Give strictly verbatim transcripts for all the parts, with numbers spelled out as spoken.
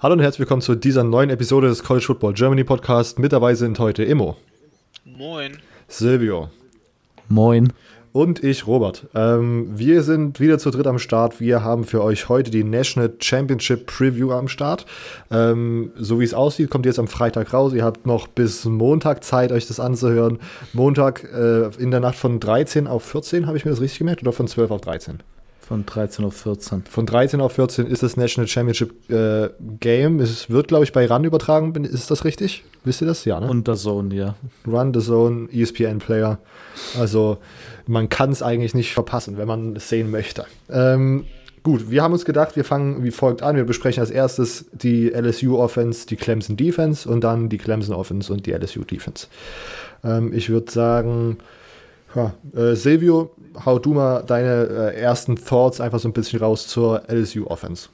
Hallo und herzlich willkommen zu dieser neuen Episode des College Football Germany Podcast. Mit dabei sind heute Immo. Moin. Silvio. Moin. Und ich, Robert. Ähm, wir sind wieder zu dritt am Start. Wir haben für euch heute die National Championship Preview am Start. Ähm, so wie es aussieht, kommt jetzt am Freitag raus. Ihr habt noch bis Montag Zeit, euch das anzuhören. Montag äh, in der Nacht von dreizehn auf vierzehn, habe ich mir das richtig gemerkt? Oder von zwölf auf dreizehn? Von dreizehn auf vierzehn. Von dreizehn auf vierzehn ist das National Championship äh, Game. Es wird, glaube ich, bei RAN übertragen. Ist das richtig? Wisst ihr das? Ja, ne? Und der Zone, ja. RAN, The Zone, E S P N-Player. Also man kann es eigentlich nicht verpassen, wenn man es sehen möchte. Ähm, gut, wir haben uns gedacht, wir fangen wie folgt an. Wir besprechen als erstes die L S U-Offense, die Clemson Defense und dann die Clemson Offense und die L S U-Defense. Ähm, ich würde sagen... Ja, äh, Silvio, hau du mal deine äh, ersten Thoughts einfach so ein bisschen raus zur L S U-Offense.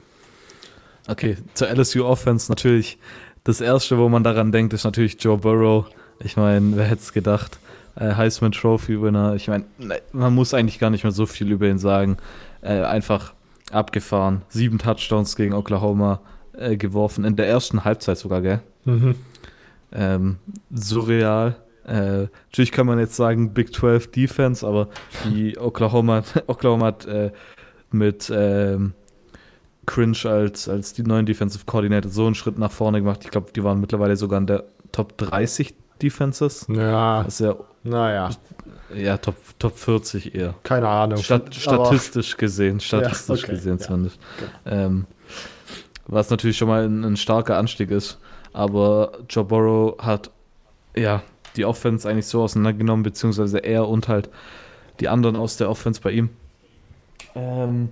Okay, zur L S U-Offense natürlich das Erste, wo man daran denkt, ist natürlich Joe Burrow. Ich meine, wer hätte es gedacht? Äh, Heisman Trophy-Winner. Ich meine, man muss eigentlich gar nicht mehr so viel über ihn sagen. Äh, einfach abgefahren. Sieben Touchdowns gegen Oklahoma äh, geworfen. In der ersten Halbzeit sogar, gell? Mhm. Ähm, surreal. Äh, natürlich kann man jetzt sagen Big zwölf Defense, aber die Oklahoma, Oklahoma hat äh, mit ähm, Cringe als, als die neuen Defensive Coordinator so einen Schritt nach vorne gemacht. Ich glaube, die waren mittlerweile sogar in der Top dreißig Defenses. Ja, das ist ja, naja. Ja, Top, Top vierzig eher. Keine Ahnung. Stat, statistisch gesehen, statistisch ja, okay, gesehen ja. zumindest. Okay. Ähm, was natürlich schon mal ein, ein starker Anstieg ist. Aber Joe Burrow hat, ja, die Offense eigentlich so auseinandergenommen, beziehungsweise er und halt die anderen aus der Offense bei ihm. Ähm,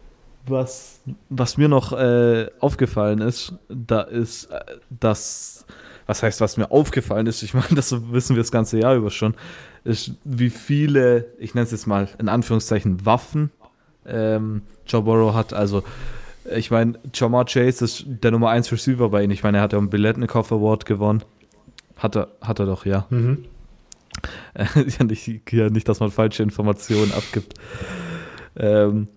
was, was mir noch äh, aufgefallen ist, da ist, äh, dass, was heißt, was mir aufgefallen ist, ich meine, das wissen wir das ganze Jahr über schon, ist, wie viele, ich nenne es jetzt mal in Anführungszeichen, Waffen ähm, Joe Burrow hat. Also, ich meine, Ja'Marr Chase ist der Nummer eins Receiver bei ihm. Ich meine, er hat ja einen Biletnikoff Award gewonnen. Hat er, hat er doch, ja. Mhm. Äh, ja, nicht, ja, nicht, dass man falsche Informationen abgibt. Ähm,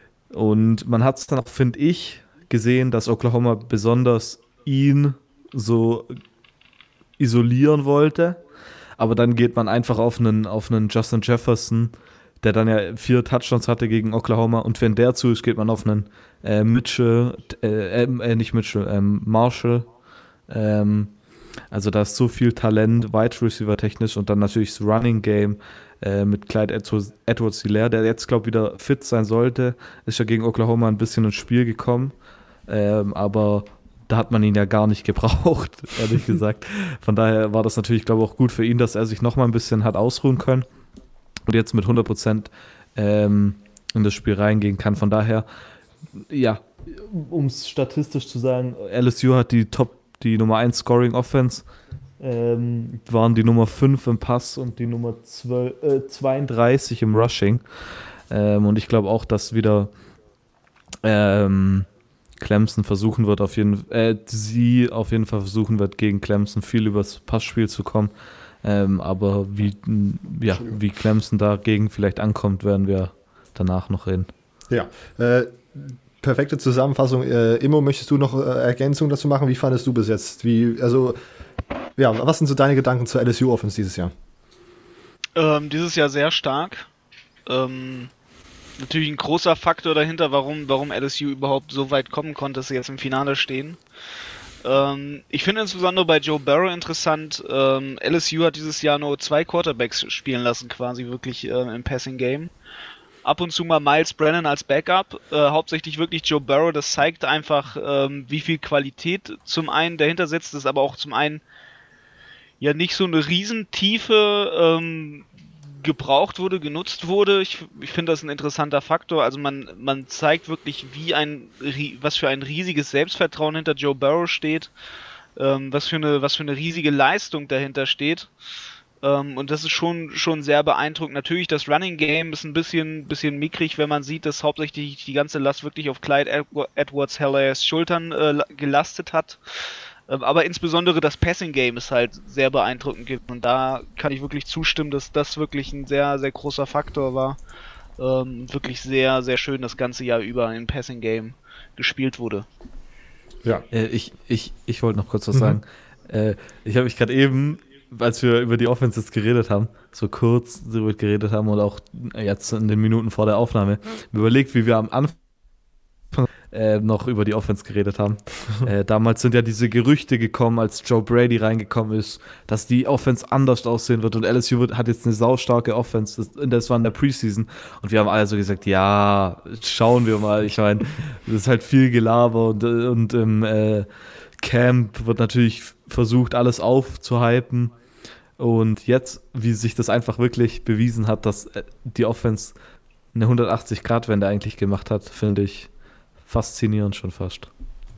und man hat es dann auch, finde ich, gesehen, dass Oklahoma besonders ihn so isolieren wollte. Aber dann geht man einfach auf einen, auf einen Justin Jefferson, der dann ja vier Touchdowns hatte gegen Oklahoma. Und wenn der zu ist, geht man auf einen äh, Mitchell, äh, äh, nicht Mitchell, ähm, Marshall, ähm, also da ist so viel Talent, Wide Receiver technisch und dann natürlich das Running Game äh, mit Clyde Edwards-Helaire, der jetzt, glaube ich, wieder fit sein sollte. Ist ja gegen Oklahoma ein bisschen ins Spiel gekommen, ähm, aber da hat man ihn ja gar nicht gebraucht, ehrlich gesagt. Von daher war das natürlich, glaube ich, auch gut für ihn, dass er sich noch mal ein bisschen hat ausruhen können und jetzt mit hundert Prozent ähm, in das Spiel reingehen kann. Von daher, ja, um es statistisch zu sagen, L S U hat die Top die Nummer eins Scoring Offense, ähm, waren die Nummer fünf im Pass und die Nummer zwölf, äh, zweiunddreißig im Rushing. Ähm, und ich glaube auch, dass wieder ähm, Clemson versuchen wird, auf jeden äh, sie auf jeden Fall versuchen wird, gegen Clemson viel übers Passspiel zu kommen. Ähm, aber wie, ja, wie Clemson dagegen vielleicht ankommt, werden wir danach noch reden. Ja, äh, perfekte Zusammenfassung. Äh, Immo, möchtest du noch äh, Ergänzungen dazu machen? Wie fandest du bis jetzt? Wie, also, ja, was sind so deine Gedanken zur L S U-Offense dieses Jahr? Ähm, dieses Jahr sehr stark. Ähm, natürlich ein großer Faktor dahinter, warum, warum L S U überhaupt so weit kommen konnte, dass sie jetzt im Finale stehen. Ähm, ich finde insbesondere bei Joe Burrow interessant, ähm, L S U hat dieses Jahr nur zwei Quarterbacks spielen lassen, quasi wirklich äh, im Passing-Game. Ab und zu mal Miles Brennan als Backup, äh, hauptsächlich wirklich Joe Burrow. Das zeigt einfach, ähm, wie viel Qualität zum einen dahinter sitzt, das aber auch zum einen ja nicht so eine Riesentiefe ähm, gebraucht wurde, genutzt wurde. Ich, ich finde das ein interessanter Faktor. Also man, man zeigt wirklich, wie ein, was für ein riesiges Selbstvertrauen hinter Joe Burrow steht, ähm, was für eine, was für eine riesige Leistung dahinter steht. Um, und das ist schon, schon sehr beeindruckend. Natürlich, das Running Game ist ein bisschen, bisschen mickrig, wenn man sieht, dass hauptsächlich die ganze Last wirklich auf Clyde Edwards-Helaire's Schultern äh, gelastet hat. Ähm, aber insbesondere das Passing Game ist halt sehr beeindruckend. Und da kann ich wirklich zustimmen, dass das wirklich ein sehr, sehr großer Faktor war. Ähm, wirklich sehr, sehr schön das ganze Jahr über im Passing Game gespielt wurde. Ja. Äh, ich ich, ich wollte noch kurz was Mhm. sagen. Äh, ich habe mich gerade eben, als wir über die Offenses geredet haben, so kurz darüber geredet haben und auch jetzt in den Minuten vor der Aufnahme, mir überlegt, wie wir am Anfang äh, noch über die Offense geredet haben. äh, damals sind ja diese Gerüchte gekommen, als Joe Brady reingekommen ist, dass die Offense anders aussehen wird und L S U wird, hat jetzt eine saustarke Offense. Das, das war in der Preseason und wir haben alle so gesagt, ja, schauen wir mal. Ich meine, das ist halt viel Gelaber und, und im äh, Camp wird natürlich versucht, alles aufzuhypen. Und jetzt, wie sich das einfach wirklich bewiesen hat, dass äh, die Offense eine hundertachtzig-Grad-Wende eigentlich gemacht hat, finde ich faszinierend schon fast.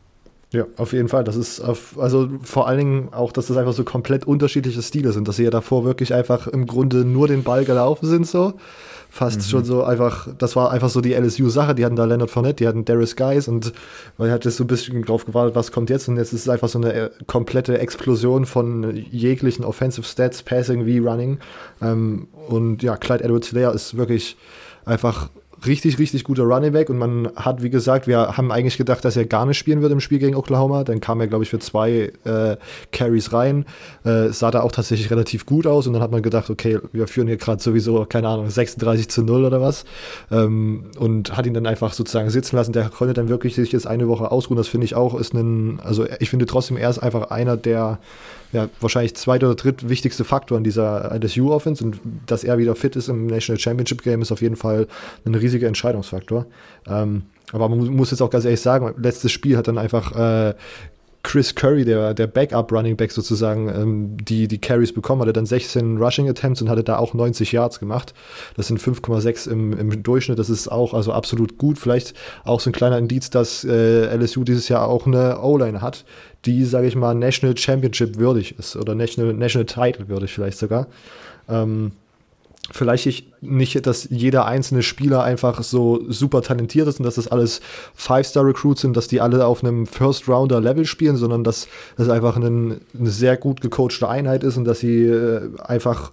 Ja, auf jeden Fall. Das ist auf, also vor allen Dingen auch, dass das einfach so komplett unterschiedliche Stile sind, dass sie ja davor wirklich einfach im Grunde nur den Ball gelaufen sind, so. Fast mhm. schon so einfach, das war einfach so die L S U-Sache. Die hatten da Leonard Fournette, die hatten Darius Guice und man hat jetzt so ein bisschen drauf gewartet, was kommt jetzt. Und jetzt ist es einfach so eine äh, komplette Explosion von jeglichen Offensive Stats, Passing wie Running. Ähm, und ja, Clyde Edwards-Helaire ist wirklich einfach richtig, richtig guter Running Back und man hat, wie gesagt, wir haben eigentlich gedacht, dass er gar nicht spielen wird im Spiel gegen Oklahoma. Dann kam er, glaube ich, für zwei äh, Carries rein. Äh, sah da auch tatsächlich relativ gut aus und dann hat man gedacht, okay, wir führen hier gerade sowieso, keine Ahnung, sechsunddreißig zu null oder was. Ähm, und hat ihn dann einfach sozusagen sitzen lassen. Der konnte dann wirklich sich jetzt eine Woche ausruhen. Das finde ich auch, ist ein, also ich finde trotzdem, er ist einfach einer der ja, wahrscheinlich zweit- oder drittwichtigste Faktor in dieser L S U-Offense und dass er wieder fit ist im National Championship Game ist auf jeden Fall ein riesiger Entscheidungsfaktor. Ähm, aber man muss jetzt auch ganz ehrlich sagen, letztes Spiel hat dann einfach äh, Chris Curry, der, der Backup-Running-Back sozusagen, ähm, die, die Carries bekommen, hatte dann sechzehn Rushing-Attempts und hatte da auch neunzig Yards gemacht. Das sind fünf Komma sechs im, im Durchschnitt, das ist auch also absolut gut. Vielleicht auch so ein kleiner Indiz, dass äh, L S U dieses Jahr auch eine O-Line hat, die, sage ich mal, National Championship würdig ist oder National, National Title würdig vielleicht sogar. Ähm, Vielleicht nicht, dass jeder einzelne Spieler einfach so super talentiert ist und dass das alles Five-Star-Recruits sind, dass die alle auf einem First-Rounder-Level spielen, sondern dass das einfach ein, eine sehr gut gecoachte Einheit ist und dass sie äh, einfach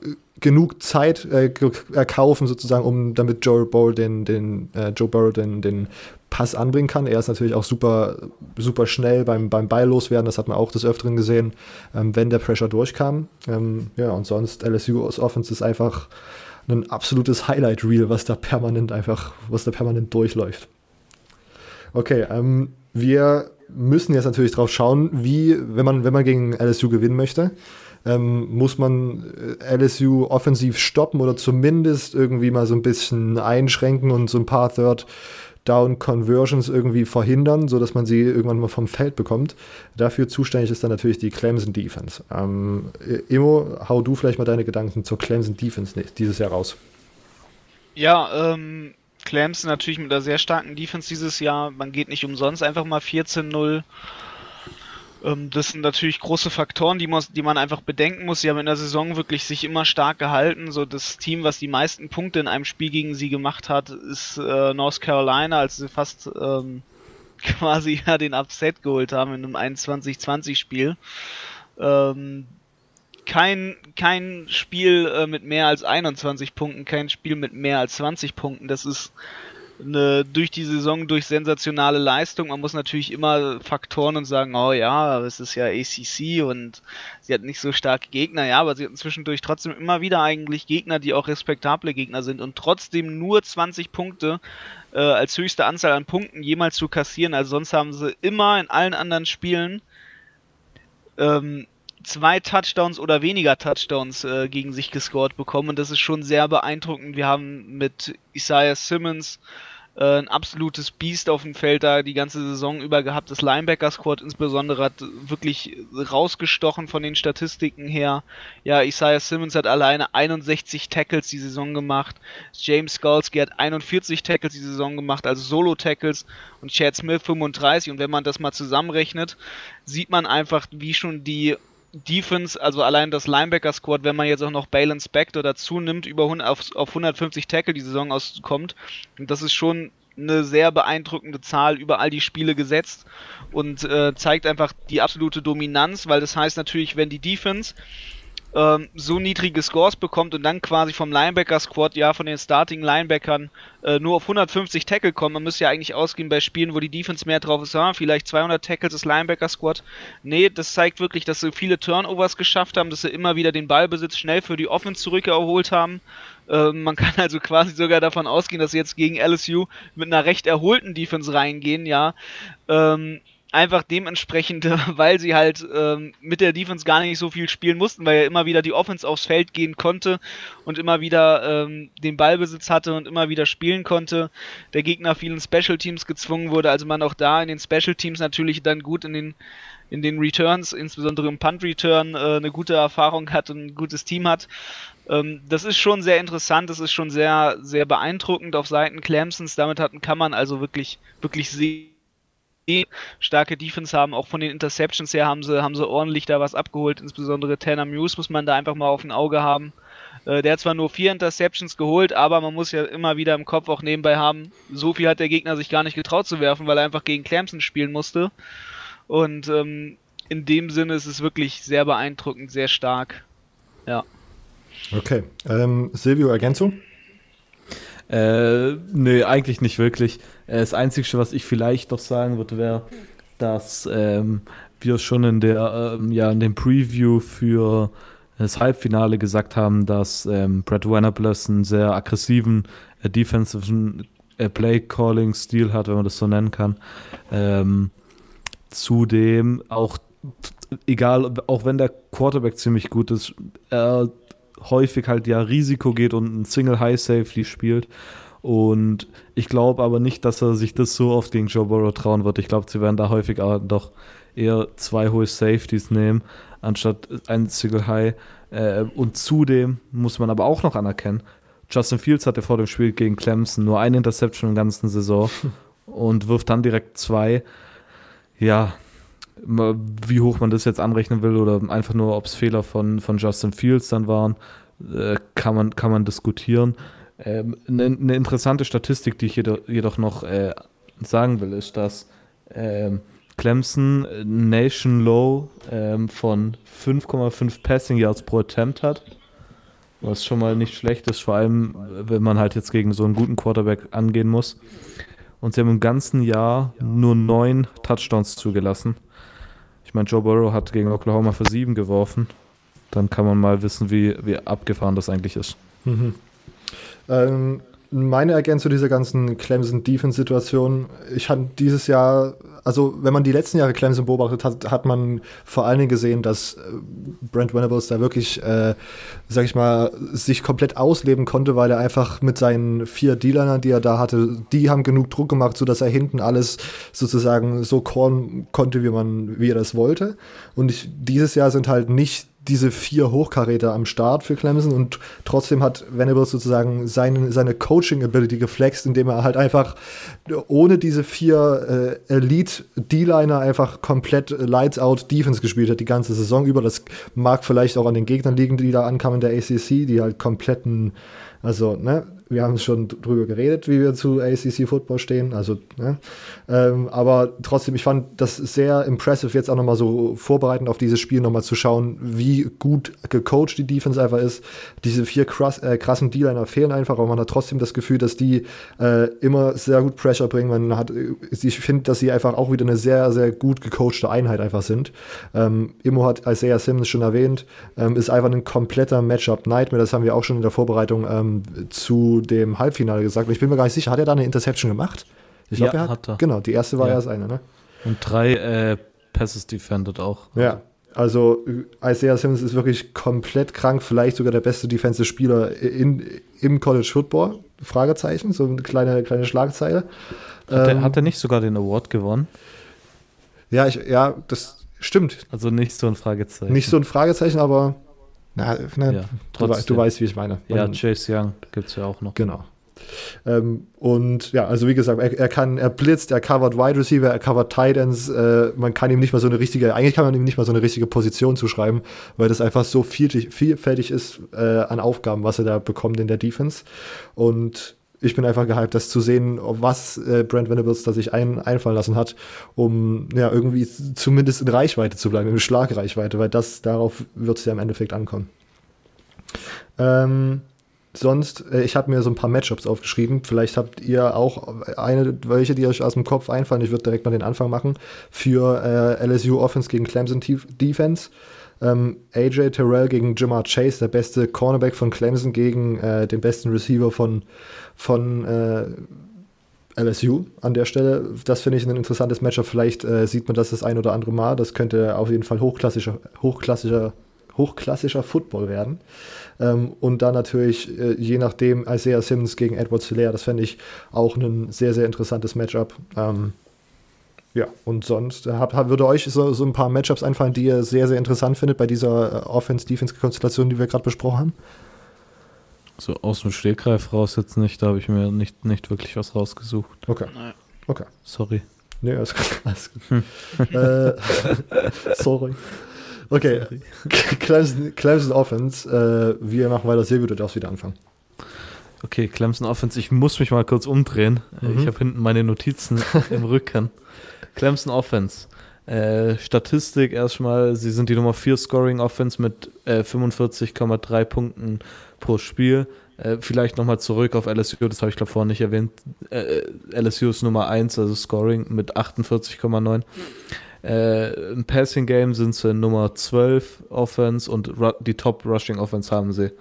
genug Zeit äh, erkaufen, sozusagen, um damit Joe Burrow den, den, äh, Joe Burrow den, den Pass anbringen kann. Er ist natürlich auch super, super schnell beim, beim Ball loswerden, das hat man auch des Öfteren gesehen, ähm, wenn der Pressure durchkam. Ähm, ja, und sonst L S U's Offense ist einfach ein absolutes Highlight-Reel, was da permanent einfach, was da permanent durchläuft. Okay, ähm, wir müssen jetzt natürlich drauf schauen, wie, wenn man, wenn man gegen L S U gewinnen möchte, ähm, muss man L S U offensiv stoppen oder zumindest irgendwie mal so ein bisschen einschränken und so ein paar Third Down-Conversions irgendwie verhindern, sodass man sie irgendwann mal vom Feld bekommt. Dafür zuständig ist dann natürlich die Clemson-Defense. Ähm, Immo, hau du vielleicht mal deine Gedanken zur Clemson-Defense dieses Jahr raus. Ja, ähm, Clemson natürlich mit einer sehr starken Defense dieses Jahr. Man geht nicht umsonst einfach mal vierzehn null. Ähm, das sind natürlich große Faktoren, die man, die man einfach bedenken muss. Sie haben in der Saison wirklich sich immer stark gehalten. So das Team, was die meisten Punkte in einem Spiel gegen sie gemacht hat, ist äh, North Carolina, als sie fast ähm, quasi ja den Upset geholt haben in einem einundzwanzig zwanzig Spiel. Ähm, kein, kein Spiel äh, mit mehr als einundzwanzig Punkten, kein Spiel mit mehr als zwanzig Punkten. Das ist eine durch die Saison durch sensationale Leistung. Man muss natürlich immer Faktoren und sagen, oh ja, es ist ja A C C und sie hat nicht so starke Gegner. Ja, aber sie hatten zwischendurch trotzdem immer wieder eigentlich Gegner, die auch respektable Gegner sind und trotzdem nur zwanzig Punkte äh, als höchste Anzahl an Punkten jemals zu kassieren. Also sonst haben sie immer in allen anderen Spielen ähm, zwei Touchdowns oder weniger Touchdowns äh, gegen sich gescored bekommen und das ist schon sehr beeindruckend. Wir haben mit Isaiah Simmons äh, ein absolutes Biest auf dem Feld da die ganze Saison über gehabt. Das Linebacker-Squad insbesondere hat wirklich rausgestochen von den Statistiken her. Ja, Isaiah Simmons hat alleine einundsechzig Tackles die Saison gemacht. James Skalski hat einundvierzig Tackles die Saison gemacht, also Solo-Tackles und Chad Smith fünfunddreißig und wenn man das mal zusammenrechnet, sieht man einfach, wie schon die Defense, also allein das Linebacker-Squad, wenn man jetzt auch noch Balen Spector dazu nimmt, über hundert, auf, auf hundertfünfzig Tackle die Saison auskommt. Und das ist schon eine sehr beeindruckende Zahl über all die Spiele gesetzt und äh, zeigt einfach die absolute Dominanz, weil das heißt natürlich, wenn die Defense ähm, so niedrige Scores bekommt und dann quasi vom Linebacker-Squad, ja, von den Starting-Linebackern äh, nur auf hundertfünfzig Tackle kommt. Man müsste ja eigentlich ausgehen bei Spielen, wo die Defense mehr drauf ist, ah, vielleicht zweihundert Tackles des Linebacker-Squad. Nee, das zeigt wirklich, dass sie viele Turnovers geschafft haben, dass sie immer wieder den Ballbesitz schnell für die Offense zurückerholt haben. Ähm, man kann also quasi sogar davon ausgehen, dass sie jetzt gegen L S U mit einer recht erholten Defense reingehen, ja. Ähm, Einfach dementsprechend, weil sie halt ähm, mit der Defense gar nicht so viel spielen mussten, weil ja immer wieder die Offense aufs Feld gehen konnte und immer wieder ähm, den Ballbesitz hatte und immer wieder spielen konnte. Der Gegner vielen Special Teams gezwungen wurde, also man auch da in den Special Teams natürlich dann gut in den in den Returns, insbesondere im Punt-Return, äh, eine gute Erfahrung hat und ein gutes Team hat. Ähm, das ist schon sehr interessant, das ist schon sehr, sehr beeindruckend auf Seiten Clemsons. Damit hat, kann man also wirklich, wirklich sehen, starke Defense haben, auch von den Interceptions her haben sie, haben sie ordentlich da was abgeholt, insbesondere Tanner Muse muss man da einfach mal auf dem Auge haben. Äh, der hat zwar nur vier Interceptions geholt, aber man muss ja immer wieder im Kopf auch nebenbei haben, so viel hat der Gegner sich gar nicht getraut zu werfen, weil er einfach gegen Clemson spielen musste. Und ähm, in dem Sinne ist es wirklich sehr beeindruckend, sehr stark. Ja. Okay. Ähm, Silvio, Ergänzung? Äh, nee, eigentlich nicht wirklich. Das Einzige, was ich vielleicht noch sagen würde, wäre, dass ähm, wir schon in der ähm, ja in dem Preview für das Halbfinale gesagt haben, dass ähm, Brett Venables einen sehr aggressiven äh, defensiven äh, Play-Calling-Stil hat, wenn man das so nennen kann. Ähm, zudem auch, egal, auch wenn der Quarterback ziemlich gut ist, er häufig halt ja Risiko geht und ein Single-High-Safety spielt. Und ich glaube aber nicht, dass er sich das so oft gegen Joe Burrow trauen wird. Ich glaube, sie werden da häufig auch doch eher zwei hohe Safeties nehmen, anstatt ein Single High. Äh, und zudem muss man aber auch noch anerkennen, Justin Fields hatte vor dem Spiel gegen Clemson nur eine Interception in der ganzen Saison und wirft dann direkt zwei. Ja, wie hoch man das jetzt anrechnen will oder einfach nur, ob es Fehler von, von Justin Fields dann waren, äh, kann man, kann man diskutieren. Ähm, eine, eine interessante Statistik, die ich jedoch, jedoch noch äh, sagen will, ist, dass ähm, Clemson Nation Low ähm, von fünf Komma fünf Passing Yards pro Attempt hat, was schon mal nicht schlecht ist, vor allem wenn man halt jetzt gegen so einen guten Quarterback angehen muss. Und sie haben im ganzen Jahr nur neun Touchdowns zugelassen. Ich meine, Joe Burrow hat gegen Oklahoma für sieben geworfen. Dann kann man mal wissen, wie, wie abgefahren das eigentlich ist. Mhm. Ähm, meine Ergänzung dieser ganzen Clemson-Defense-Situation, ich habe dieses Jahr, also wenn man die letzten Jahre Clemson beobachtet hat, hat man vor allen Dingen gesehen, dass äh, Brent Venables da wirklich, äh, sag ich mal, sich komplett ausleben konnte, weil er einfach mit seinen vier D-Linern, die er da hatte, die haben genug Druck gemacht, sodass er hinten alles sozusagen so callen konnte, wie man, wie er das wollte. Und ich, dieses Jahr sind halt nicht diese vier Hochkaräter am Start für Clemson und trotzdem hat Venables sozusagen seine, seine Coaching-Ability geflext, indem er halt einfach ohne diese vier äh, Elite-D-Liner einfach komplett Lights-Out-Defense gespielt hat, die ganze Saison über. Das mag vielleicht auch an den Gegnern liegen, die da ankamen in der A C C, die halt kompletten, also, ne, wir haben schon drüber geredet, wie wir zu A C C-Football stehen, also, ne, ähm, aber trotzdem, ich fand das sehr impressive, jetzt auch nochmal so vorbereitend auf dieses Spiel nochmal zu schauen, wie gut gecoacht die Defense einfach ist. Diese vier krass, äh, krassen D-Liner fehlen einfach, aber man hat trotzdem das Gefühl, dass die äh, immer sehr gut Pressure bringen. Man hat, ich finde, dass sie einfach auch wieder eine sehr, sehr gut gecoachte Einheit einfach sind. Ähm, Immo hat Isaiah Simmons schon erwähnt, ähm, ist einfach ein kompletter Matchup-Nightmare, das haben wir auch schon in der Vorbereitung ähm, zu dem Halbfinale gesagt. Und ich bin mir gar nicht sicher, hat er da eine Interception gemacht? Ich glaube, ja, er hat, hat er. Genau, die erste war ja ja seine, ne? Und drei äh, Passes defended auch. Ja, also Isaiah Simmons ist wirklich komplett krank, vielleicht sogar der beste Defensive-Spieler in, im College Football. Fragezeichen, so eine kleine, kleine Schlagzeile. Hat, ähm, er, hat er nicht sogar den Award gewonnen? Ja, ich, ja, das stimmt. Also nicht so ein Fragezeichen. Nicht so ein Fragezeichen, aber na, na, ja, du, du weißt, wie ich meine. Ja, Man, Chase Young gibt es ja auch noch. Genau. Ähm, und ja, also wie gesagt, er, er kann, er blitzt, er covert Wide Receiver, er covert Tight Ends, äh, man kann ihm nicht mal so eine richtige, eigentlich kann man ihm nicht mal so eine richtige Position zuschreiben, weil das einfach so vielfältig, vielfältig ist äh, an Aufgaben, was er da bekommt in der Defense. Und ich bin einfach gehypt, das zu sehen, was äh, Brent Venables da sich ein, einfallen lassen hat, um ja irgendwie zumindest in Reichweite zu bleiben, in Schlagreichweite, weil das, darauf wird es ja im Endeffekt ankommen. Ähm, sonst, äh, ich habe mir so ein paar Matchups aufgeschrieben. Vielleicht habt ihr auch eine, welche, die euch aus dem Kopf einfallen. Ich würde direkt mal den Anfang machen. Für äh, L S U Offense gegen Clemson Defense. Ähm, A J Terrell gegen Jamar Chase, der beste Cornerback von Clemson gegen äh, den besten Receiver von, von äh, L S U an der Stelle. Das finde ich ein interessantes Matchup. Vielleicht äh, sieht man das das ein oder andere Mal. Das könnte auf jeden Fall hochklassischer, hochklassischer, hochklassischer Football werden. Ähm, und dann natürlich, äh, je nachdem, Isaiah Simmons gegen Edward Helaire. Das fände ich auch ein sehr, sehr interessantes Matchup. Ähm, ja, und sonst hab, hab, würde euch so, so ein paar Matchups einfallen, die ihr sehr, sehr interessant findet bei dieser äh, Offense-Defense-Konstellation, die wir gerade besprochen haben? So aus dem Stegreif raus jetzt nicht, da habe ich mir nicht, nicht wirklich was rausgesucht. Okay. Okay. Sorry. Nee, alles gut. Alles gut. äh, sorry. Okay. Sorry. Clemson, Clemson Offense. Äh, wir machen weiter. Silvio, du darfst wieder anfangen. Okay, Clemson Offense. Ich muss mich mal kurz umdrehen. Mhm. Ich habe hinten meine Notizen im Rücken. Clemson Offense. Äh, Statistik erstmal, sie sind die Nummer vier Scoring Offense mit äh, fünfundvierzig Komma drei Punkten pro Spiel. Äh, vielleicht nochmal zurück auf L S U, das habe ich glaube vorhin nicht erwähnt. Äh, L S U ist Nummer eins, also Scoring mit achtundvierzig Komma neun. Äh, Im Passing Game sind sie Nummer zwölf Offense und ru- die Top Rushing Offense haben sie.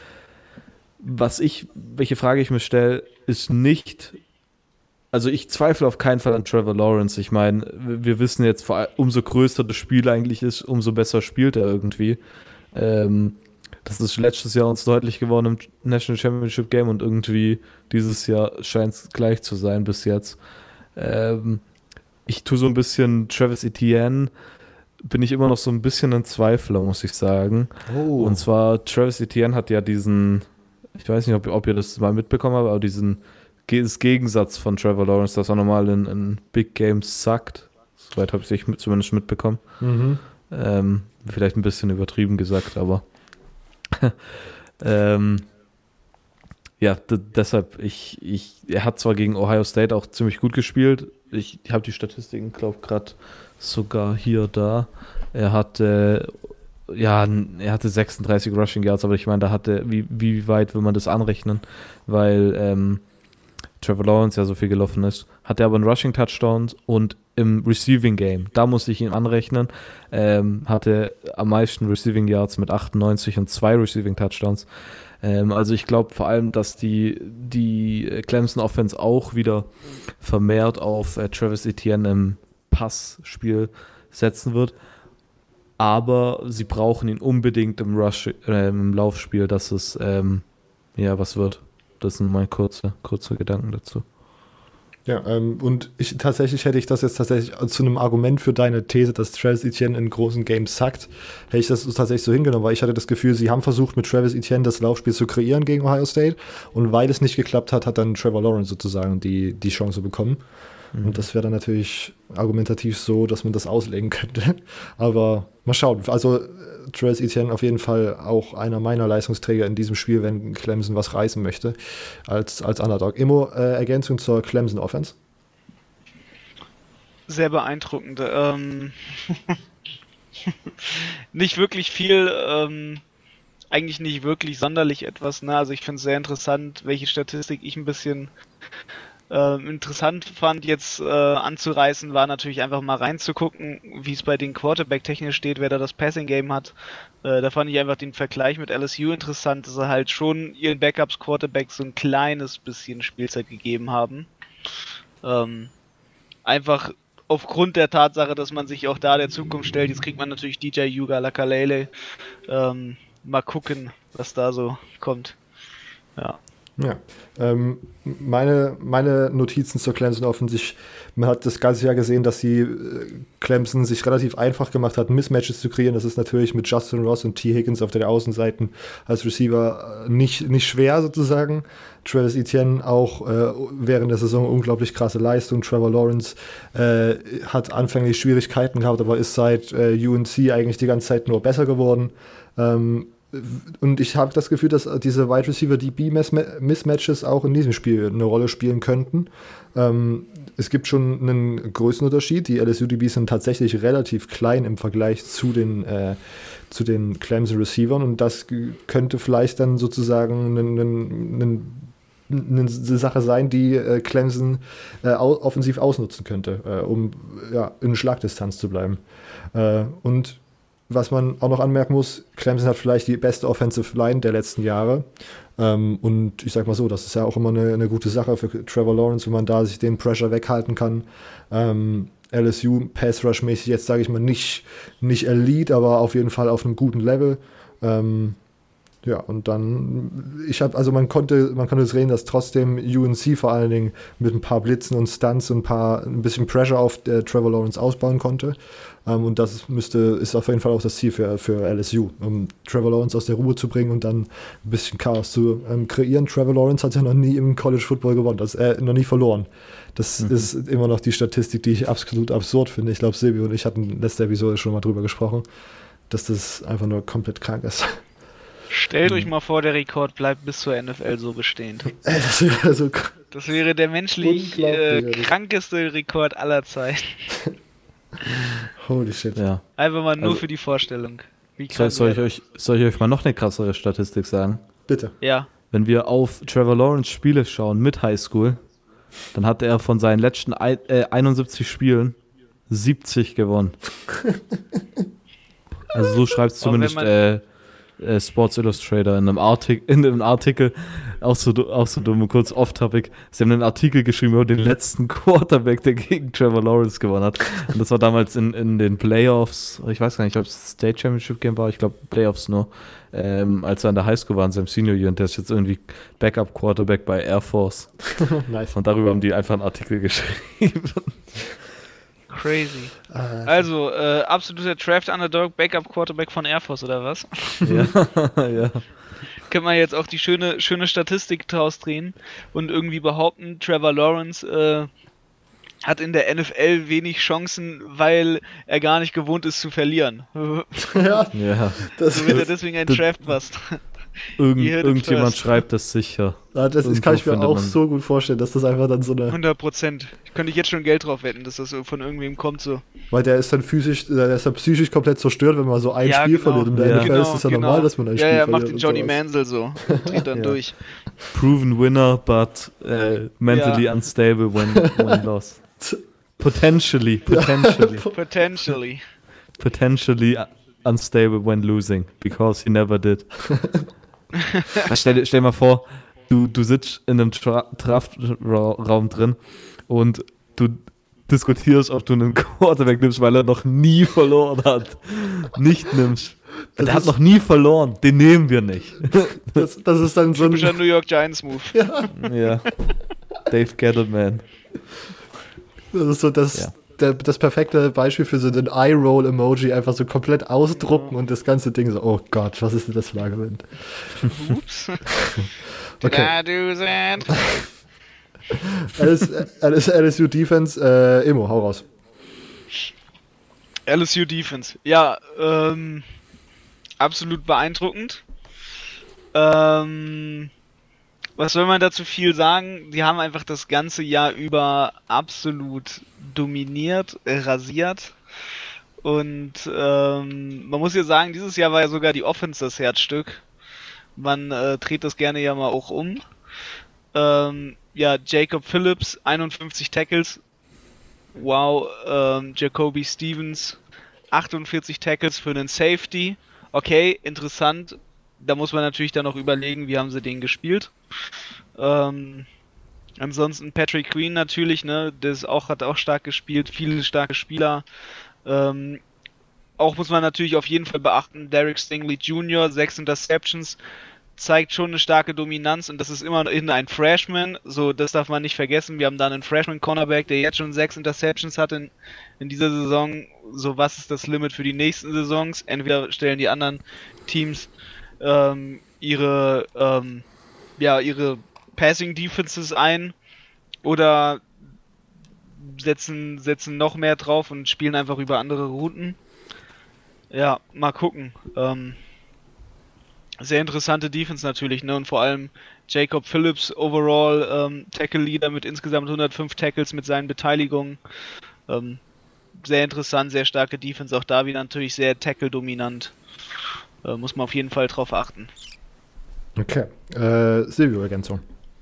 Was ich, welche Frage ich mir stelle, ist nicht, also ich zweifle auf keinen Fall an Trevor Lawrence. Ich meine, wir wissen jetzt, vor allem, umso größer das Spiel eigentlich ist, umso besser spielt er irgendwie. Ähm, das ist letztes Jahr uns deutlich geworden im National Championship Game und irgendwie dieses Jahr scheint es gleich zu sein bis jetzt. Ähm, ich tue so ein bisschen Travis Etienne, bin ich immer noch so ein bisschen ein Zweifler, muss ich sagen. Oh. Und zwar, Travis Etienne hat ja diesen, ich weiß nicht, ob, ob ihr das mal mitbekommen habt, aber diesen das Gegensatz von Trevor Lawrence, dass er normal in, in Big Games sackt. Soweit habe ich es mit, zumindest mitbekommen. Mhm. Ähm, vielleicht ein bisschen übertrieben gesagt, aber ähm, ja, d- deshalb, ich, ich, er hat zwar gegen Ohio State auch ziemlich gut gespielt. Ich, ich habe die Statistiken, glaube ich, gerade sogar hier da. Er hatte ja, er hatte sechsunddreißig Rushing Yards, aber ich meine, da hatte, wie, wie weit will man das anrechnen? Weil ähm, Trevor Lawrence ja so viel gelaufen ist. Hat er aber einen Rushing Touchdown und im Receiving Game, da muss ich ihn anrechnen, ähm, hatte am meisten Receiving Yards mit achtundneunzig und zwei Receiving Touchdowns. Ähm, also ich glaube vor allem, dass die, die Clemson Offense auch wieder vermehrt auf äh, Travis Etienne im Passspiel setzen wird. Aber sie brauchen ihn unbedingt im Rush, äh, im Laufspiel, dass es ähm, ja was wird. Das sind meine kurze, kurze Gedanken dazu. Ja, ähm, und ich, tatsächlich hätte ich das jetzt tatsächlich zu einem Argument für deine These, dass Travis Etienne in großen Games sackt, hätte ich das tatsächlich so hingenommen, weil ich hatte das Gefühl, sie haben versucht, mit Travis Etienne das Laufspiel zu kreieren gegen Ohio State und weil es nicht geklappt hat, hat dann Trevor Lawrence sozusagen die, die Chance bekommen. Mhm. Und das wäre dann natürlich argumentativ so, dass man das auslegen könnte. Aber mal schauen. Also Travis Etienne auf jeden Fall auch einer meiner Leistungsträger in diesem Spiel, wenn Clemson was reißen möchte, als, als Underdog. Immo, äh, Ergänzung zur Clemson Offense? Sehr beeindruckend. Ähm nicht wirklich viel, ähm, eigentlich nicht wirklich sonderlich etwas. Ne? Also ich finde es sehr interessant, welche Statistik ich ein bisschen äh, interessant fand, jetzt äh, anzureißen, war natürlich einfach mal reinzugucken, wie es bei den Quarterback technisch steht, wer da das Passing-Game hat. Äh, da fand ich einfach den Vergleich mit L S U interessant, dass sie halt schon ihren Backups-Quarterback so ein kleines bisschen Spielzeit gegeben haben. Ähm, einfach aufgrund der Tatsache, dass man sich auch da der Zukunft stellt. Jetzt kriegt man natürlich D J Uiagalelei. Ähm, mal gucken, was da so kommt. Ja. Ja, ähm, meine, meine Notizen zur Clemson Offense, man hat das ganze Jahr gesehen, dass sie äh, Clemson sich relativ einfach gemacht hat, Mismatches zu kreieren. Das ist natürlich mit Justin Ross und T. Higgins auf der Außenseiten als Receiver äh, nicht, nicht schwer sozusagen. Travis Etienne auch äh, während der Saison unglaublich krasse Leistung. Trevor Lawrence äh, hat anfänglich Schwierigkeiten gehabt, aber ist seit äh, U N C eigentlich die ganze Zeit nur besser geworden. Ähm, und ich habe das Gefühl, dass diese Wide Receiver D B Mismatches auch in diesem Spiel eine Rolle spielen könnten. Ähm, es gibt schon einen Größenunterschied. Die L S U D Bs sind tatsächlich relativ klein im Vergleich zu den, äh, zu den Clemson Receivern und das könnte vielleicht dann sozusagen einen, einen eine Sache sein, die äh, Clemson äh, au- offensiv ausnutzen könnte, äh, um ja, in Schlagdistanz zu bleiben. Äh, und was man auch noch anmerken muss, Clemson hat vielleicht die beste Offensive Line der letzten Jahre. Ähm, und ich sag mal so, das ist ja auch immer eine, eine gute Sache für Trevor Lawrence, wenn man da sich den Pressure weghalten kann. Ähm, L S U Pass Rush mäßig jetzt, sage ich mal, nicht, nicht Elite, aber auf jeden Fall auf einem guten Level. Ähm, Ja, und dann, ich habe, also man konnte, man konnte sehen, dass trotzdem U N C vor allen Dingen mit ein paar Blitzen und Stunts und ein paar, ein bisschen Pressure auf äh, Trevor Lawrence ausbauen konnte. Ähm, und das müsste, ist auf jeden Fall auch das Ziel für, für L S U, um Trevor Lawrence aus der Ruhe zu bringen und dann ein bisschen Chaos zu ähm, kreieren. Trevor Lawrence hat ja noch nie im College Football gewonnen, das äh, noch nie verloren. Das mhm. ist immer noch die Statistik, die ich absolut absurd finde. Ich glaube, Silvio und ich hatten in letzter Episode schon mal drüber gesprochen, dass das einfach nur komplett krank ist. Stellt euch mal vor, der Rekord bleibt bis zur N F L so bestehend. Das wäre, so das wäre der menschlich äh, krankeste Rekord aller Zeiten. Holy shit. Ja. Einfach mal nur also, für die Vorstellung. Wie soll, soll, ich euch, soll ich euch mal noch eine krassere Statistik sagen? Bitte. Ja. Wenn wir auf Trevor Lawrence Spiele schauen mit Highschool, dann hat er von seinen letzten ein, äh, einundsiebzig Spielen siebzig gewonnen. Also so schreibt es zumindest äh, äh, Sports Illustrator in einem, Artik- in einem Artikel, auch so, auch so dumm, kurz off-topic. Sie haben einen Artikel geschrieben über den letzten Quarterback, der gegen Trevor Lawrence gewonnen hat. Und das war damals in, in den Playoffs, ich weiß gar nicht, ob es State Championship Game war, ich glaube Playoffs nur, ähm, als er an der Highschool war, in seinem Senior Year, und der ist jetzt irgendwie Backup-Quarterback bei Air Force. Nice. Und darüber haben die einfach einen Artikel geschrieben. Crazy. Also, äh, absoluter Draft-Underdog, Backup-Quarterback von Air Force, oder was? Ja, ja. Können wir jetzt auch die schöne, schöne Statistik draus drehen und irgendwie behaupten, Trevor Lawrence äh, hat in der N F L wenig Chancen, weil er gar nicht gewohnt ist zu verlieren. Ja, ja. Das so wird er deswegen ein Draft-Bust. Irgend, irgendjemand first. Schreibt das sicher. Ja, das ist, kann ich mir auch so gut vorstellen, dass das einfach dann so eine... hundert Prozent. Ich könnte jetzt schon Geld drauf wetten, dass das so von irgendwem kommt so. Weil der ist dann physisch, der ist dann psychisch komplett zerstört, wenn man so ein ja, Spiel genau. verliert. Und in der ja. N F L genau, ist es ja genau. normal, dass man ein ja, Spiel ja, verliert. Ja, macht den Johnny Manziel so. Dreht dann ja. durch. Proven winner, but uh, mentally ja. unstable when, when lost. Potentially, potentially. Potentially. Potentially unstable when losing, because he never did. stell, stell dir mal vor, du, du sitzt in einem Draftraum drin und du diskutierst, ob du einen Quarterback nimmst, weil er noch nie verloren hat. Nicht nimmst. Der hat noch nie verloren, den nehmen wir nicht. Das, das ist dann so ein typischer New York Giants Move. Ja. ja. Dave Gettleman. Das ist so das, ja. der, das perfekte Beispiel für so den Eye-Roll-Emoji, einfach so komplett ausdrucken ja. und das ganze Ding so, oh Gott, was ist denn das für ein Argument? Ups. Okay. Did I do that? L S U Defense, äh, Emo, hau raus. L S U Defense, ja, ähm, absolut beeindruckend. Ähm, was soll man dazu viel sagen? Die haben einfach das ganze Jahr über absolut dominiert, äh, rasiert. Und ähm, man muss ja sagen, dieses Jahr war ja sogar die Offense das Herzstück. Man äh, dreht das gerne ja mal auch um. Ähm, ja, Jacob Phillips, einundfünfzig Tackles. Wow, ähm, Jacoby Stevens, achtundvierzig Tackles für einen Safety. Okay, interessant. Da muss man natürlich dann noch überlegen, wie haben sie den gespielt. Ähm, ansonsten Patrick Queen natürlich, ne, der ist auch, hat auch stark gespielt, viele starke Spieler. Ähm, auch muss man natürlich auf jeden Fall beachten, Derek Stingley Junior, sechs Interceptions, zeigt schon eine starke Dominanz und das ist immerhin ein Freshman, so das darf man nicht vergessen. Wir haben dann einen Freshman-Cornerback, der jetzt schon sechs Interceptions hat in, in dieser Saison. So, was ist das Limit für die nächsten Saisons? Entweder stellen die anderen Teams ähm, ihre ähm, ja, ihre Passing-Defenses ein oder setzen, setzen noch mehr drauf und spielen einfach über andere Routen. Ja, mal gucken. Ähm, sehr interessante Defense natürlich, ne? Und vor allem Jacob Phillips, overall ähm, Tackle-Leader mit insgesamt hundertfünf Tackles mit seinen Beteiligungen. Ähm, sehr interessant, sehr starke Defense, auch da wieder natürlich sehr Tackle-dominant. Äh, muss man auf jeden Fall drauf achten. Okay. Äh, Silvio, Ergänzung.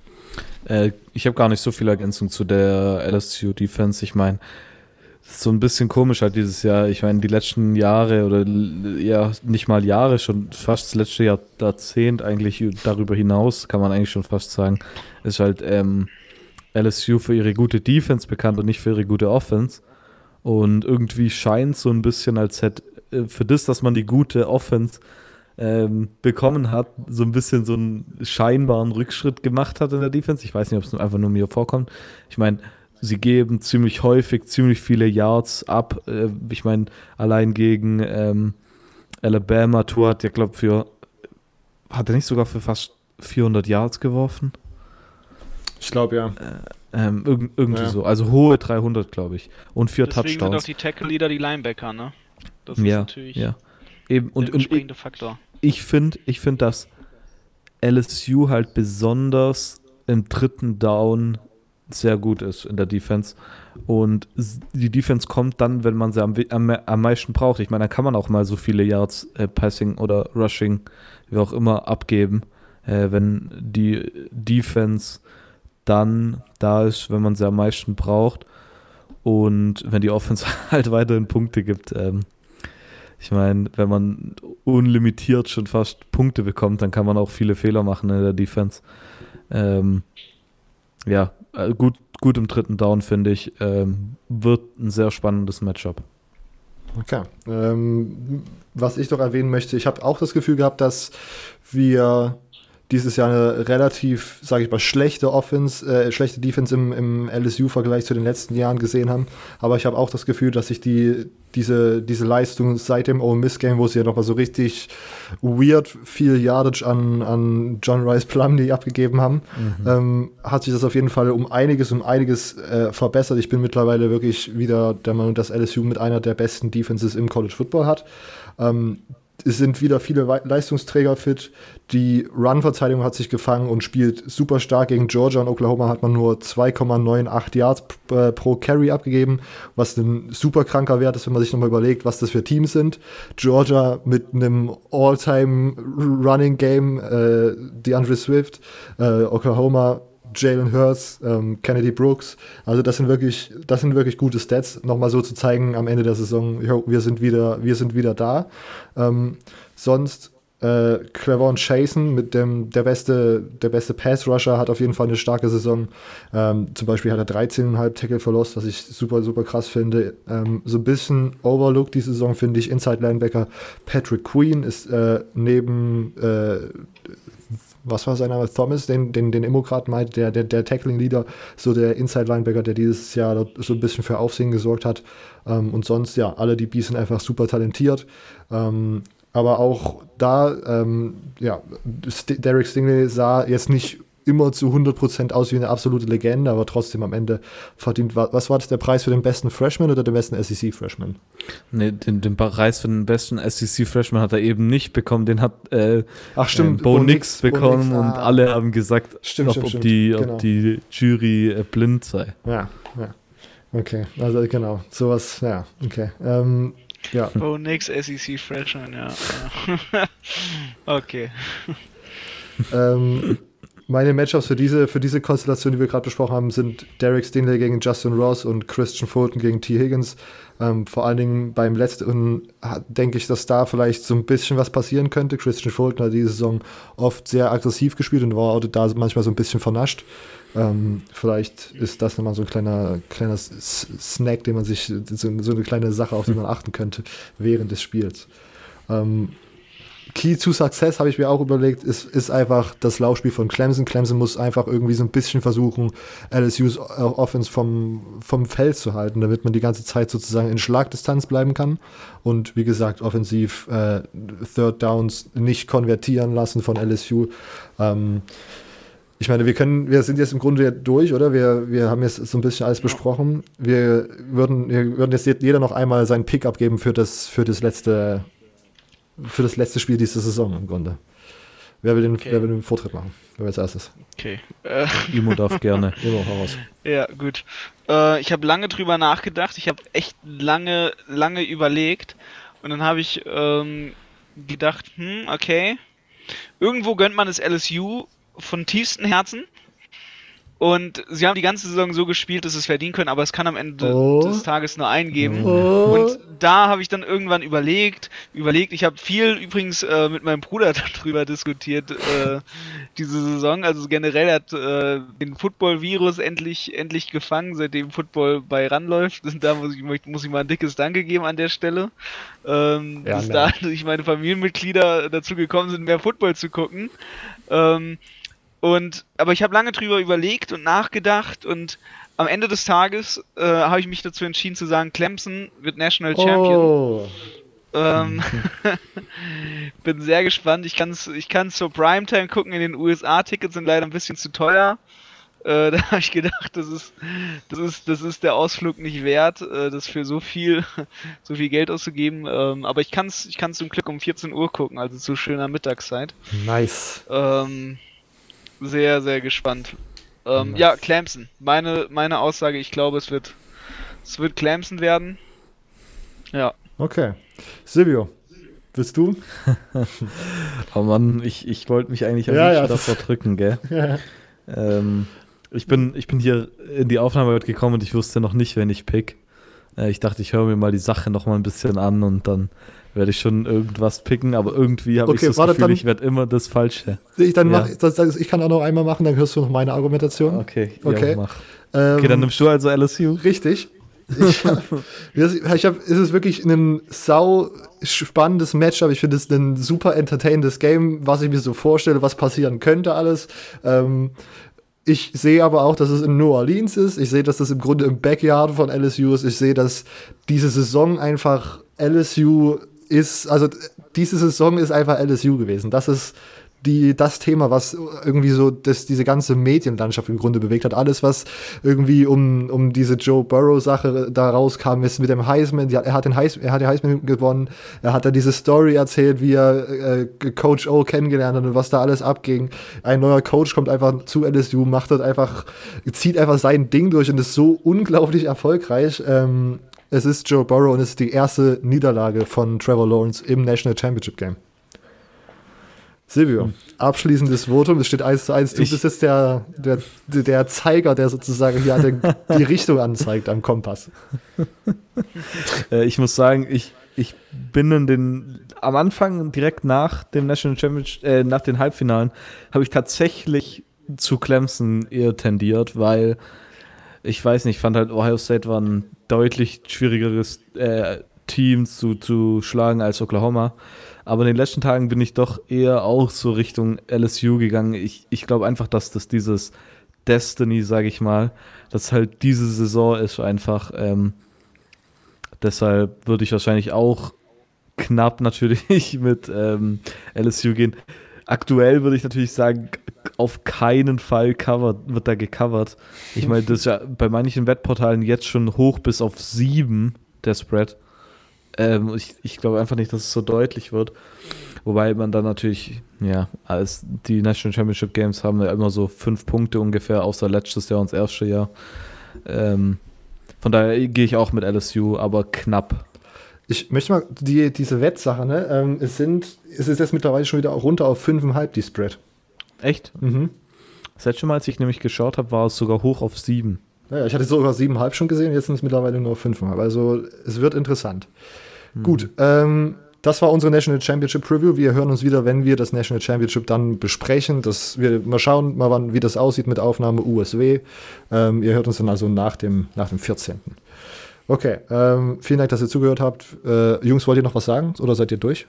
Äh, ich habe gar nicht so viel Ergänzung zu der L S U-Defense. Ich meine, so ein bisschen komisch halt dieses Jahr. Ich meine, die letzten Jahre oder ja, nicht mal Jahre, schon fast das letzte Jahr, Jahrzehnt eigentlich darüber hinaus, kann man eigentlich schon fast sagen, ist halt ähm, L S U für ihre gute Defense bekannt und nicht für ihre gute Offense. Und irgendwie scheint so ein bisschen, als hätte äh, für das, dass man die gute Offense ähm, bekommen hat, so ein bisschen so einen scheinbaren Rückschritt gemacht hat in der Defense. Ich weiß nicht, ob es einfach nur mir vorkommt. Ich meine, sie geben ziemlich häufig ziemlich viele Yards ab. Äh, ich meine, allein gegen ähm, Alabama, Tour hat ja, glaube ich, für, hat er nicht sogar für fast vierhundert Yards geworfen? Ich glaube, ja. Äh, ähm, irg- irgendwie Ja. so. Also hohe dreihundert, glaube ich. Und vier Deswegen sind auch Touchdowns. die Tackle-Leader die Linebacker, ne? Das ist Ja, natürlich ja. Eben, der und, und ich, entspringende Faktor. ich finde, ich find, dass L S U halt besonders im dritten Down sehr gut ist in der Defense. Und s- die Defense kommt dann, wenn man sie am, we- am, am meisten braucht. Ich meine, dann kann man auch mal so viele Yards äh, Passing oder Rushing, wie auch immer, abgeben, äh, wenn die Defense dann da ist, wenn man sie am meisten braucht. Und wenn die Offense halt weiterhin Punkte gibt. Ähm, ich meine, wenn man unlimitiert schon fast Punkte bekommt, dann kann man auch viele Fehler machen in der Defense. Ähm, ja, äh, gut, gut im dritten Down, finde ich. Ähm, wird ein sehr spannendes Matchup. Okay. Ähm, was ich doch erwähnen möchte, ich habe auch das Gefühl gehabt, dass wir dieses Jahr eine relativ, sage ich mal, schlechte Offense, äh, schlechte Defense im, im L S U-Vergleich zu den letzten Jahren gesehen haben. Aber ich habe auch das Gefühl, dass sich die, diese, diese Leistung seit dem Ole Miss-Game, wo sie ja nochmal so richtig weird viel Yardage an, an John Rice Plumlee abgegeben haben, Mhm. ähm, hat sich das auf jeden Fall um einiges, um einiges äh, verbessert. Ich bin mittlerweile wirklich wieder der Meinung, dass L S U mit einer der besten Defenses im College Football hat. Ähm, Es sind wieder viele Wei- Leistungsträger fit. Die Run-Verteidigung hat sich gefangen und spielt super stark gegen Georgia. Und Oklahoma hat man nur zwei Komma neunundachtzig Yards p- äh, pro Carry abgegeben, was ein super kranker Wert ist, wenn man sich nochmal überlegt, was das für Teams sind. Georgia mit einem All-Time-Running-Game, äh, DeAndre Swift, äh, Oklahoma Jalen Hurts, ähm, Kennedy Brooks, also das sind wirklich, das sind wirklich gute Stats, nochmal so zu zeigen am Ende der Saison, jo, wir sind wieder, wir sind wieder da. Ähm, sonst äh, Clavon Chasen mit dem der beste, der beste Pass-Rusher hat auf jeden Fall eine starke Saison. Ähm, zum Beispiel hat er dreizehn Komma fünf Tackle verlost, was ich super, super krass finde. Ähm, so ein bisschen overlooked die Saison finde ich Inside-Linebacker Patrick Queen ist äh, neben äh, was war sein Name? Thomas, den, den, den Immo gerade meint, der, der, der Tackling-Leader, so der Inside-Linebacker, der dieses Jahr dort so ein bisschen für Aufsehen gesorgt hat. Ähm, und sonst, ja, alle die Bs sind einfach super talentiert. Ähm, aber auch da, ähm, ja, St- Derek Stingley sah jetzt nicht immer zu hundert Prozent aus wie eine absolute Legende, aber trotzdem am Ende verdient. Was war das, der Preis für den besten Freshman oder den besten S E C-Freshman? Nee, den, den Preis für den besten S E C-Freshman hat er eben nicht bekommen. Den hat äh, Ach stimmt, ähm, Bo Bo Nix Nix, Bo bekommen Nix, und ah. alle haben gesagt, Stimmt, ob, stimmt, ob, stimmt, die, genau. ob die Jury äh, blind sei. Ja, ja. Okay, also genau, sowas, ja, okay. Ähm, ja. Bo Nix, S E C Freshman, ja. ja. Okay. ähm, meine Matchups für diese, für diese Konstellation, die wir gerade besprochen haben, sind Derek Stingley gegen Justin Ross und Christian Fulton gegen T. Higgins. Ähm, vor allen Dingen beim letzten hat- denke ich, dass da vielleicht so ein bisschen was passieren könnte. Christian Fulton hat diese Saison oft sehr aggressiv gespielt und war auch da manchmal so ein bisschen vernascht. Ähm, vielleicht ist das nochmal so ein kleiner, kleiner S- Snack, den man sich, so, so eine kleine Sache, auf die man achten könnte während des Spiels. Ähm, Key to Success, habe ich mir auch überlegt, ist, ist einfach das Laufspiel von Clemson. Clemson muss einfach irgendwie so ein bisschen versuchen, L S U's Offense vom, vom Feld zu halten, damit man die ganze Zeit sozusagen in Schlagdistanz bleiben kann. Und wie gesagt, offensiv äh, Third Downs nicht konvertieren lassen von L S U. Ähm, ich meine, wir können, wir sind jetzt im Grunde durch, oder? Wir, wir haben jetzt so ein bisschen alles besprochen. Wir würden, wir würden jetzt jeder noch einmal seinen Pick abgeben für das, für das letzte für das letzte Spiel dieser Saison im Grunde. Wer will den, Okay. wer will den Vortritt machen? Wer will als erstes? Okay. Äh, Imo darf gerne. Immer heraus. ja, gut. Äh, ich habe lange drüber nachgedacht. Ich habe echt lange, lange überlegt. Und dann habe ich ähm, gedacht, hm, okay. Irgendwo gönnt man es L S U von tiefstem Herzen. Und sie haben die ganze Saison so gespielt, dass sie es verdienen können, aber es kann am Ende Oh. des Tages nur einen geben. Oh. Und da habe ich dann irgendwann überlegt, überlegt, ich habe viel übrigens äh, mit meinem Bruder darüber diskutiert, äh, diese Saison. Also generell hat äh, den Football-Virus endlich, endlich gefangen, seitdem Football bei ranläuft. Und da muss ich, muss ich mal ein dickes Danke geben an der Stelle. Ähm, Ja, dass ne. da durch meine Familienmitglieder dazu gekommen sind, mehr Football zu gucken. Ähm, Und, aber ich habe lange drüber überlegt und nachgedacht und am Ende des Tages äh, habe ich mich dazu entschieden zu sagen, Clemson wird National Champion. Oh. Ähm, bin sehr gespannt. Ich kann es ich kann's zur Primetime gucken. In den U S A-Tickets sind leider ein bisschen zu teuer. Äh, da habe ich gedacht, das ist, das ist, das ist der Ausflug nicht wert, äh, das für so viel, so viel Geld auszugeben. Ähm, aber ich kann es ich kann's zum Glück um vierzehn Uhr gucken, also zu schöner Mittagszeit. Nice. Ähm, sehr, sehr gespannt. Ähm, Nice. Ja, Clemson. Meine, meine Aussage, ich glaube, es wird, es wird Clemson werden. Ja. Okay. Silvio, willst du? Oh Mann, ich, ich wollte mich eigentlich am Ja, liebsten ja, das- davor drücken, gell? ähm, ich, bin, ich bin hier in die Aufnahme heute gekommen und ich wusste noch nicht, wenn ich pick. Äh, ich dachte, ich höre mir mal die Sache noch mal ein bisschen an und dann werde ich schon irgendwas picken, aber irgendwie habe Okay, ich so das warte, Gefühl, dann- ich werde immer das Falsche. Ich, dann Ja. mach, das, das, ich kann auch noch einmal machen, dann hörst du noch meine Argumentation. Okay, Okay. Ja, mach. Ähm, Okay, dann nimmst du also L S U. Richtig. Ich hab, ich hab, es ist wirklich ein sau spannendes Matchup. Ich finde es ein super entertainendes Game, was ich mir so vorstelle, was passieren könnte alles. Ähm, ich sehe aber auch, dass es in New Orleans ist. Ich sehe, dass das im Grunde im Backyard von L S U ist. Ich sehe, dass diese Saison einfach L S U ist. Also diese Saison ist einfach L S U gewesen. Das ist die, das Thema, was irgendwie so das, diese ganze Medienlandschaft im Grunde bewegt hat. Alles, was irgendwie um, um diese Joe Burrow-Sache da rauskam, ist mit dem Heisman. Die, er, hat den Heis, er hat den Heisman gewonnen. Er hat da diese Story erzählt, wie er äh, Coach O kennengelernt hat und was da alles abging. Ein neuer Coach kommt einfach zu L S U, macht dort einfach, zieht einfach sein Ding durch und ist so unglaublich erfolgreich. Ähm, es ist Joe Burrow und es ist die erste Niederlage von Trevor Lawrence im National Championship Game. Silvio, abschließendes Votum, es steht eins zu eins. Du Ich- bist jetzt der, der, der Zeiger, der sozusagen hier den, die Richtung anzeigt am Kompass. Äh, ich muss sagen, ich, ich bin in den, am Anfang, direkt nach dem National Championship, äh, nach den Halbfinalen, habe ich tatsächlich zu Clemson eher tendiert, weil ich weiß nicht, ich fand halt Ohio State war ein deutlich schwierigeres äh, Team zu, zu schlagen als Oklahoma. Aber in den letzten Tagen bin ich doch eher auch so Richtung L S U gegangen. Ich, ich glaube einfach, dass das dieses Destiny, sage ich mal, dass halt diese Saison ist einfach. Ähm, deshalb würde ich wahrscheinlich auch knapp natürlich mit ähm, L S U gehen. Aktuell würde ich natürlich sagen, auf keinen Fall covered, wird da gecovert. Ich meine, das ist ja bei manchen Wettportalen jetzt schon hoch bis auf sieben, der Spread. Ähm, ich ich glaube einfach nicht, dass es so deutlich wird. Wobei man dann natürlich, ja, als die National Championship Games haben wir immer so fünf Punkte ungefähr, außer letztes Jahr und das erste Jahr. Ähm, von daher gehe ich auch mit L S U, aber knapp. Ich möchte mal die, diese Wettsache, ne? Ähm, es sind, es ist jetzt mittlerweile schon wieder runter auf fünf Komma fünf die Spread. Echt? Mhm. Das letzte Mal, als ich nämlich geschaut habe, war es sogar hoch auf sieben. Naja, ich hatte sogar sieben Komma fünf schon gesehen, jetzt sind es mittlerweile nur fünf Komma fünf. Also es wird interessant. Hm. Gut, ähm, das war unsere National Championship Preview. Wir hören uns wieder, wenn wir das National Championship dann besprechen. Das, wir mal schauen, mal wann, wie das aussieht mit Aufnahme U S W. Ähm, ihr hört uns dann also nach dem, nach dem vierzehnten Okay, ähm, vielen Dank, dass ihr zugehört habt. Äh, Jungs, wollt ihr noch was sagen oder seid ihr durch?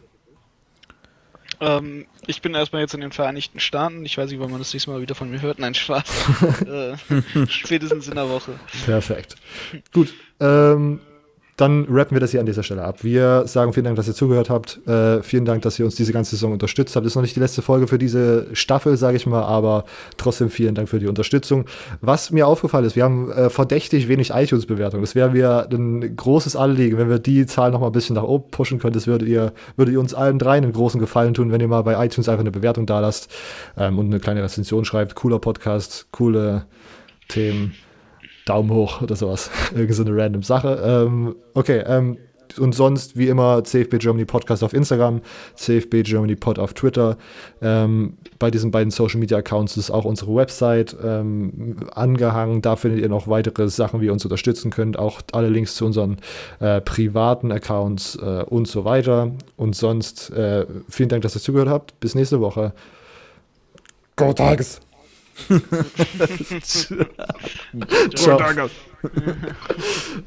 Ähm, ich bin erstmal jetzt in den Vereinigten Staaten. Ich weiß nicht, wann man das nächste Mal wieder von mir hört. Nein, Spaß. äh, spätestens in der Woche. Perfekt. Gut, ähm, dann rappen wir das hier an dieser Stelle ab. Wir sagen vielen Dank, dass ihr zugehört habt. Äh, vielen Dank, dass ihr uns diese ganze Saison unterstützt habt. Das ist noch nicht die letzte Folge für diese Staffel, sage ich mal, aber trotzdem vielen Dank für die Unterstützung. Was mir aufgefallen ist, wir haben äh, verdächtig wenig iTunes-Bewertungen. Das wäre mir ein großes Anliegen, wenn wir die Zahl noch mal ein bisschen nach oben pushen können. Das würdet ihr, würdet ihr uns allen dreien einen großen Gefallen tun, wenn ihr mal bei iTunes einfach eine Bewertung da lasst ähm, und eine kleine Rezension schreibt. Cooler Podcast, coole Themen. Daumen hoch oder sowas. Irgend so eine random Sache. Ähm, okay, ähm, und sonst wie immer C F B Germany Podcast auf Instagram, C F B Germany Pod auf Twitter. Ähm, bei diesen beiden Social Media Accounts ist auch unsere Website ähm, angehangen. Da findet ihr noch weitere Sachen, wie ihr uns unterstützen könnt. Auch alle Links zu unseren äh, privaten Accounts äh, und so weiter. Und sonst äh, vielen Dank, dass ihr zugehört habt. Bis nächste Woche. Go Tigers! Ciao. Ciao.